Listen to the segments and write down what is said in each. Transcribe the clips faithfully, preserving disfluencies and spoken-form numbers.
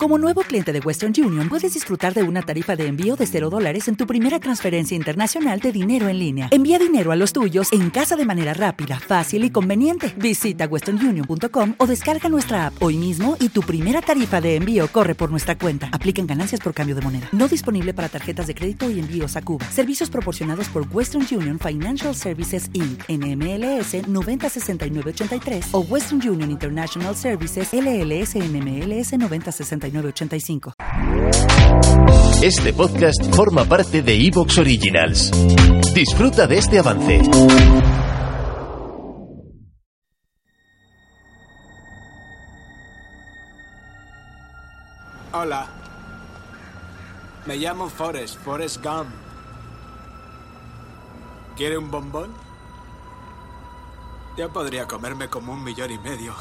Como nuevo cliente de Western Union, puedes disfrutar de una tarifa de envío de cero dólares en tu primera transferencia internacional de dinero en línea. Envía dinero a los tuyos en casa de manera rápida, fácil y conveniente. Visita western union punto com o descarga nuestra app hoy mismo y tu primera tarifa de envío corre por nuestra cuenta. Aplican ganancias por cambio de moneda. No disponible para tarjetas de crédito y envíos a Cuba. Servicios proporcionados por Western Union Financial Services incorporated. N M L S noventa sesenta y nueve ochenta y tres o Western Union International Services L L S N M L S noventa sesenta y nueve ochenta y cinco. Este podcast forma parte de iVoox Originals. Disfruta de este avance. Hola. Me llamo Forrest, Forrest Gump. ¿Quiere un bombón? Yo podría comerme como un millón y medio.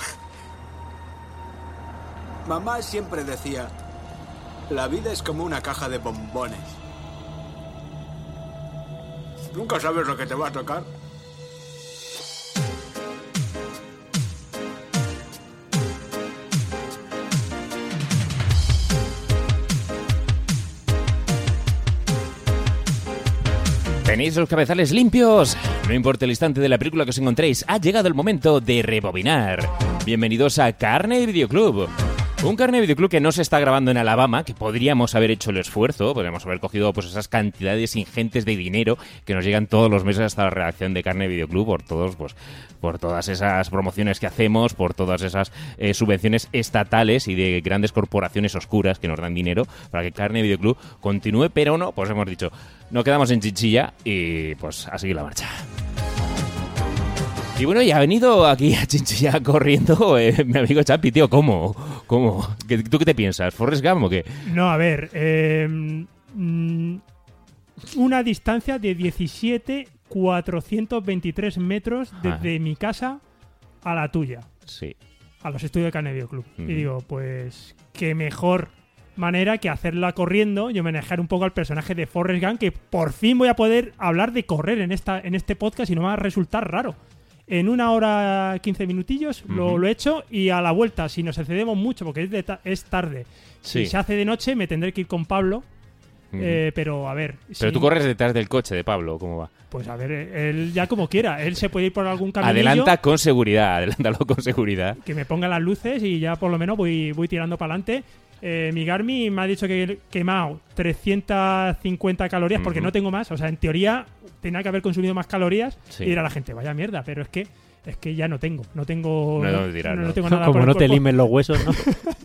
Mamá siempre decía, la vida es como una caja de bombones. Nunca sabes lo que te va a tocar. ¿Tenéis los cabezales limpios? No importa el instante de la película que os encontréis, ha llegado el momento de rebobinar. Bienvenidos a Carne Videoclub. Un Carne Videoclub que no se está grabando en Alabama, que podríamos haber hecho el esfuerzo, podríamos haber cogido pues esas cantidades ingentes de dinero que nos llegan todos los meses hasta la redacción de Carne Videoclub por todos, pues, por todas esas promociones que hacemos, por todas esas eh, subvenciones estatales y de grandes corporaciones oscuras que nos dan dinero para que Carne Videoclub continúe, pero no, pues hemos dicho, no quedamos en Chinchilla y pues a seguir la marcha. Y bueno, ya ha venido aquí a Chinchilla corriendo eh, mi amigo Champi, tío, ¿cómo? ¿Cómo? ¿Tú qué te piensas? ¿Forrest Gump o qué? No, a ver, eh, mm, una distancia de diecisiete mil cuatrocientos veintitrés metros desde ah. mi casa a la tuya. Sí. A los estudios de Carne Videoclub. Mm. Y digo, pues, qué mejor manera que hacerla corriendo y homenajear un poco al personaje de Forrest Gump, que por fin voy a poder hablar de correr en, esta, en este podcast y no va a resultar raro. En una hora, quince minutillos, uh-huh. lo, lo he hecho y a la vuelta, si nos excedemos mucho, porque es, de ta- es tarde, sí. si se hace de noche, me tendré que ir con Pablo, uh-huh. eh, pero a ver... Pero si... tú corres detrás del coche de Pablo, ¿cómo va? Pues a ver, él ya como quiera, él se puede ir por algún caminillo... Adelanta con seguridad, adelántalo con seguridad. Que me ponga las luces y ya por lo menos voy, voy tirando para adelante. Eh, mi Garmin me ha dicho que he quemado trescientas cincuenta calorías porque uh-huh. no tengo más. O sea, en teoría tenía que haber consumido más calorías sí. y dirá la gente, vaya mierda, pero es que es que ya no tengo. No tengo, no, no, no, dirá, no, no. no tengo nada Como por el no te cuerpo. limen los huesos, ¿no?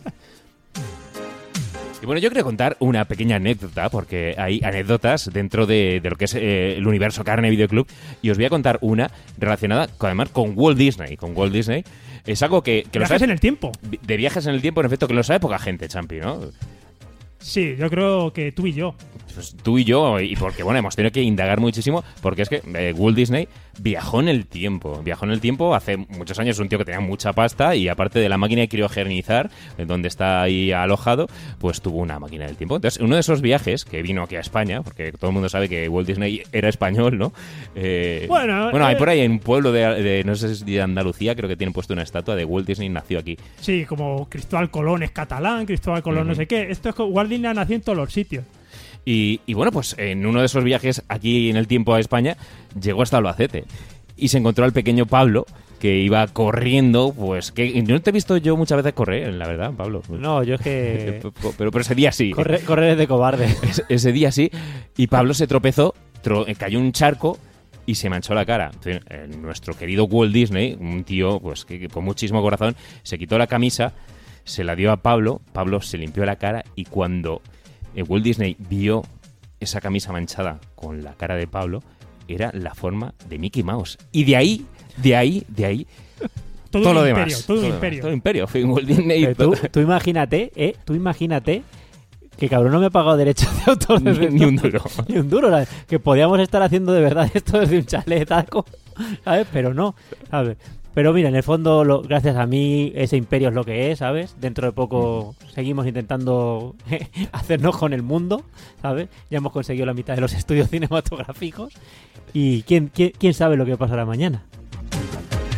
Y bueno, yo quería contar una pequeña anécdota, porque hay anécdotas dentro de, de lo que es eh, el universo Carne Videoclub, y os voy a contar una relacionada con, además con Walt Disney. Con Walt Disney es algo que... que viajes lo en el tiempo. De viajes en el tiempo, en efecto, que lo sabe poca gente, Champi, ¿no? Sí, yo creo que tú y yo. Pues tú y yo, y porque bueno, hemos tenido que indagar muchísimo, porque es que eh, Walt Disney viajó en el tiempo, viajó en el tiempo hace muchos años, un tío que tenía mucha pasta y aparte de la máquina de criogenizar, donde está ahí alojado, pues tuvo una máquina del tiempo. Entonces, uno de esos viajes que vino aquí a España, porque todo el mundo sabe que Walt Disney era español, ¿no? Eh, bueno, bueno, eh, hay por ahí en un pueblo de, de, no sé si de Andalucía, creo que tienen puesto una estatua de Walt Disney, nació aquí. Sí, como Cristóbal Colón es catalán, Cristóbal Colón uh-huh. no sé qué. Esto es que Walt Disney nació en todos los sitios. Y, y bueno, pues en uno de esos viajes aquí en el tiempo a España, llegó hasta Albacete y se encontró al pequeño Pablo, que iba corriendo, pues que no te he visto yo muchas veces correr, la verdad, Pablo. No, yo es que... pero, pero ese día sí. Corre, correr es de cobarde. Ese, ese día sí. Y Pablo se tropezó, tro, cayó un charco y se manchó la cara. Entonces, eh, nuestro querido Walt Disney, un tío pues que, que con muchísimo corazón, se quitó la camisa, se la dio a Pablo, Pablo se limpió la cara y cuando... Walt Disney vio esa camisa manchada con la cara de Pablo, era la forma de Mickey Mouse. Y de ahí, de ahí, de ahí, todo, todo lo imperio, demás. Todo, todo un imperio. Todo imperio. Fue Walt Disney. Tú, tú imagínate, ¿eh? Tú imagínate que cabrón no me ha pagado derechos de autor. Ni, ni un duro. Ni un duro. ¿Sabes? Que podíamos estar haciendo de verdad esto desde un chaletaco, ¿sabes? Pero no, ¿sabes? Pero mira, en el fondo, lo, gracias a mí, ese imperio es lo que es, ¿sabes? Dentro de poco seguimos intentando hacernos con el mundo, ¿sabes? Ya hemos conseguido la mitad de los estudios cinematográficos y quién, quién, quién sabe lo que pasará mañana.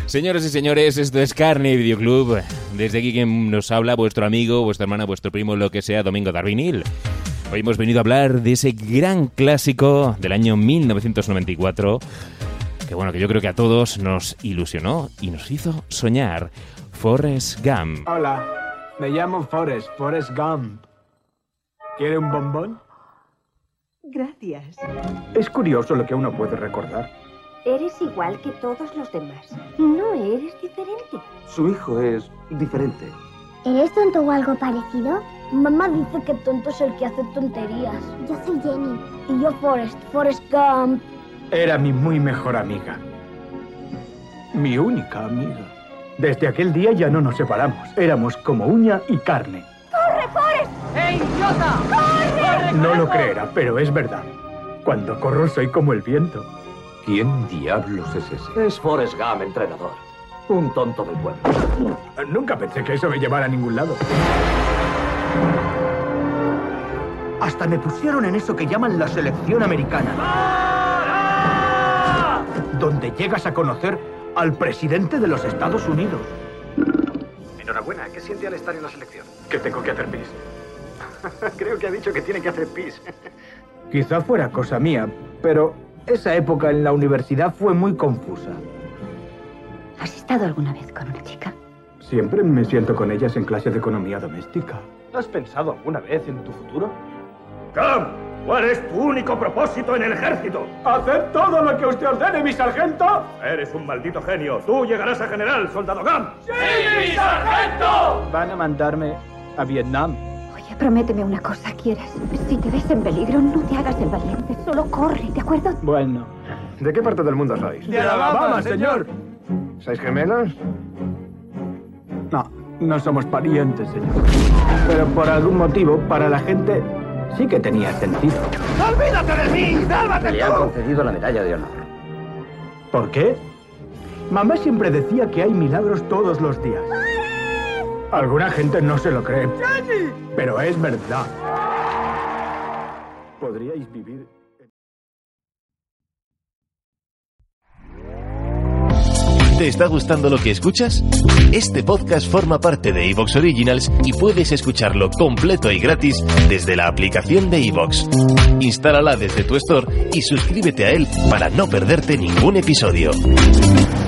Señoras y señores, esto es Carne Videoclub. Desde aquí quien nos habla, vuestro amigo, vuestra hermana, vuestro primo, lo que sea, Domingo Darvinil. Hoy hemos venido a hablar de ese gran clásico del año mil novecientos noventa y cuatro, que bueno, que yo creo que a todos nos ilusionó y nos hizo soñar. Forrest Gump. Hola, me llamo Forrest, Forrest Gump. ¿Quiere un bombón? Gracias. Es curioso lo que uno puede recordar. Eres igual que todos los demás. No eres diferente. Su hijo es diferente. ¿Eres tonto o algo parecido? Mamá dice que tonto es el que hace tonterías. Yo soy Jenny. Y yo Forrest, Forrest Gump. Era mi muy mejor amiga. Mi única amiga. Desde aquel día ya no nos separamos. Éramos como uña y carne. ¡Corre, Forrest! ¡Ey, idiota! ¡Corre! No lo creerá, pero es verdad. Cuando corro soy como el viento. ¿Quién diablos es ese? Es Forrest Gump, entrenador. Un tonto del pueblo. Nunca pensé que eso me llevara a ningún lado. Hasta me pusieron en eso que llaman la selección americana. ¡Para! Donde llegas a conocer al presidente de los Estados Unidos. Enhorabuena, ¿qué siente al estar en la selección? Que tengo que hacer pis. Creo que ha dicho que tiene que hacer pis. Quizá fuera cosa mía, pero esa época en la universidad fue muy confusa. ¿Has estado alguna vez con una chica? Siempre me siento con ellas en clase de economía doméstica. ¿Has pensado alguna vez en tu futuro? Gump, ¿cuál es tu único propósito en el ejército? ¡Hacer todo lo que usted ordene, mi sargento! Eres un maldito genio. Tú llegarás a general, soldado Gump. ¡Sí, mi sargento! Van a mandarme a Vietnam. Oye, prométeme una cosa, ¿quieres? Si te ves en peligro, no te hagas el valiente. Solo corre, ¿de acuerdo? Bueno. ¿De qué parte del mundo sois? ¡De Alabama, señor! ¿Sois gemelos? No, no somos parientes, señor. Pero por algún motivo, para la gente, sí que tenía sentido. ¡Olvídate de mí! ¡Sálvate! Le han concedido la medalla de honor. ¿Por qué? Mamá siempre decía que hay milagros todos los días. Alguna gente no se lo cree. Pero es verdad. Podríais vivir... ¿Te está gustando lo que escuchas? Este podcast forma parte de iVoox Originals y puedes escucharlo completo y gratis desde la aplicación de iVoox. Instálala desde tu store y suscríbete a él para no perderte ningún episodio.